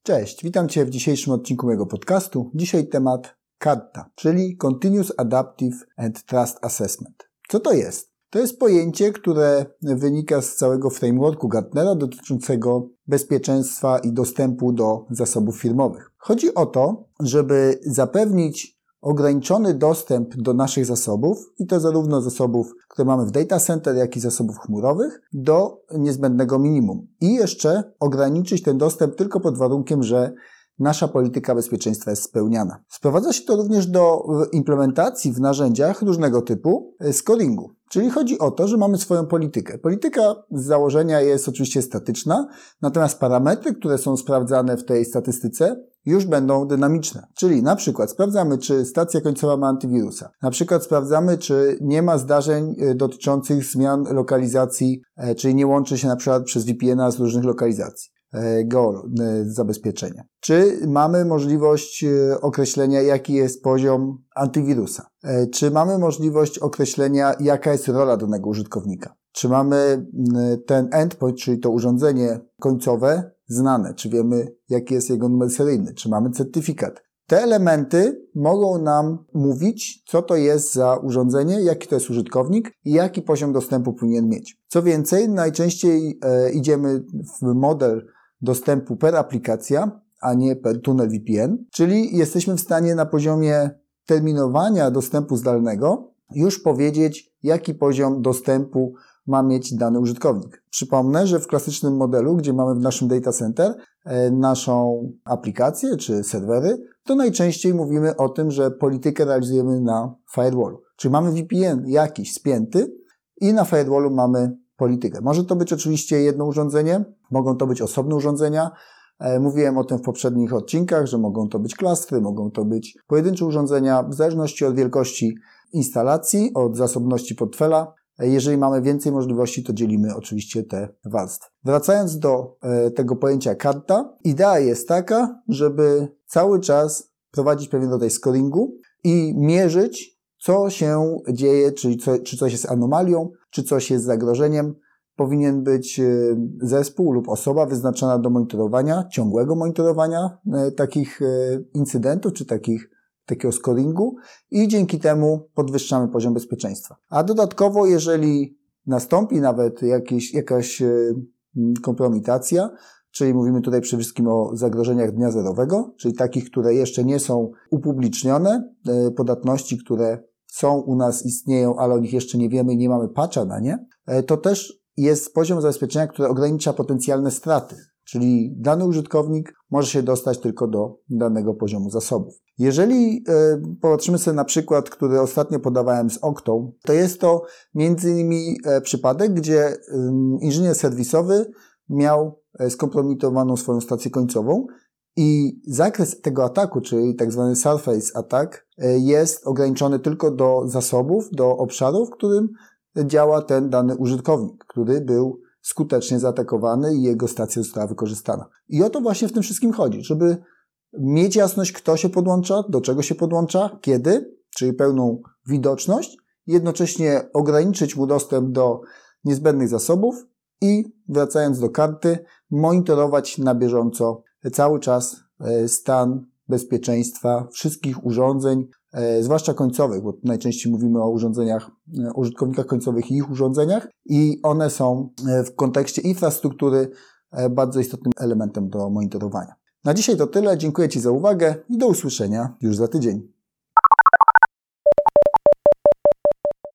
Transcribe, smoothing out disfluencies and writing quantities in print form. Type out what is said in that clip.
Cześć, witam Cię w dzisiejszym odcinku mojego podcastu. Dzisiaj temat CADTA, czyli Continuous Adaptive and Trust Assessment. Co to jest? To jest pojęcie, które wynika z całego frameworku Gartnera dotyczącego bezpieczeństwa i dostępu do zasobów firmowych. Chodzi o to, żeby zapewnić ograniczony dostęp do naszych zasobów, i to zarówno zasobów, które mamy w data center, jak i zasobów chmurowych, do niezbędnego minimum. I jeszcze ograniczyć ten dostęp tylko pod warunkiem, że nasza polityka bezpieczeństwa jest spełniana. Sprowadza się to również do implementacji w narzędziach różnego typu scoringu. Czyli chodzi o to, że mamy swoją politykę. Polityka z założenia jest oczywiście statyczna, natomiast parametry, które są sprawdzane w tej statystyce, już będą dynamiczne. Czyli na przykład sprawdzamy, czy stacja końcowa ma antywirusa. Na przykład sprawdzamy, czy nie ma zdarzeń dotyczących zmian lokalizacji, czyli nie łączy się na przykład przez VPN-a z różnych lokalizacji. Zabezpieczenia. Czy mamy możliwość określenia, jaki jest poziom antywirusa? Czy mamy możliwość określenia, jaka jest rola danego użytkownika? Czy mamy ten endpoint, czyli to urządzenie końcowe, znane? Czy wiemy, jaki jest jego numer seryjny? Czy mamy certyfikat? Te elementy mogą nam mówić, co to jest za urządzenie, jaki to jest użytkownik i jaki poziom dostępu powinien mieć. Co więcej, najczęściej idziemy w model dostępu per aplikacja, a nie per tunel VPN, czyli jesteśmy w stanie na poziomie terminowania dostępu zdalnego już powiedzieć, jaki poziom dostępu ma mieć dany użytkownik. Przypomnę, że w klasycznym modelu, gdzie mamy w naszym data center naszą aplikację czy serwery, to najczęściej mówimy o tym, że politykę realizujemy na firewallu. Czyli mamy VPN jakiś spięty i na firewallu mamy politykę. Może to być oczywiście jedno urządzenie, mogą to być osobne urządzenia. Mówiłem o tym w poprzednich odcinkach, że mogą to być klastry, mogą to być pojedyncze urządzenia, w zależności od wielkości instalacji, od zasobności portfela. Jeżeli mamy więcej możliwości, to dzielimy oczywiście te warstwy. Wracając do tego pojęcia CADTA, idea jest taka, żeby cały czas prowadzić pewien rodzaj scoringu i mierzyć, co się dzieje, czyli czy coś jest anomalią, czy coś jest zagrożeniem. Powinien być zespół lub osoba wyznaczona do monitorowania, ciągłego monitorowania takich incydentów, czy takiego scoringu i dzięki temu podwyższamy poziom bezpieczeństwa. A dodatkowo, jeżeli nastąpi nawet jakaś kompromitacja, czyli mówimy tutaj przede wszystkim o zagrożeniach dnia zerowego, czyli takich, które jeszcze nie są upublicznione, podatności, które są u nas, istnieją, ale o nich jeszcze nie wiemy i nie mamy patcha na nie, to też jest poziom zabezpieczenia, który ogranicza potencjalne straty, czyli dany użytkownik może się dostać tylko do danego poziomu zasobów. Jeżeli popatrzymy sobie na przykład, który ostatnio podawałem z Oktą, to jest to m.in. przypadek, gdzie inżynier serwisowy miał skompromitowaną swoją stację końcową i zakres tego ataku, czyli tak zwany surface attack, jest ograniczony tylko do zasobów, do obszarów, w którym działa ten dany użytkownik, który był skutecznie zaatakowany i jego stacja została wykorzystana. I o to właśnie w tym wszystkim chodzi, żeby mieć jasność, kto się podłącza, do czego się podłącza, kiedy, czyli pełną widoczność, jednocześnie ograniczyć mu dostęp do niezbędnych zasobów i wracając do karty, monitorować na bieżąco cały czas stan bezpieczeństwa wszystkich urządzeń, zwłaszcza końcowych, bo najczęściej mówimy o urządzeniach, użytkownikach końcowych i ich urządzeniach i one są w kontekście infrastruktury bardzo istotnym elementem do monitorowania. Na dzisiaj to tyle, dziękuję Ci za uwagę i do usłyszenia już za tydzień.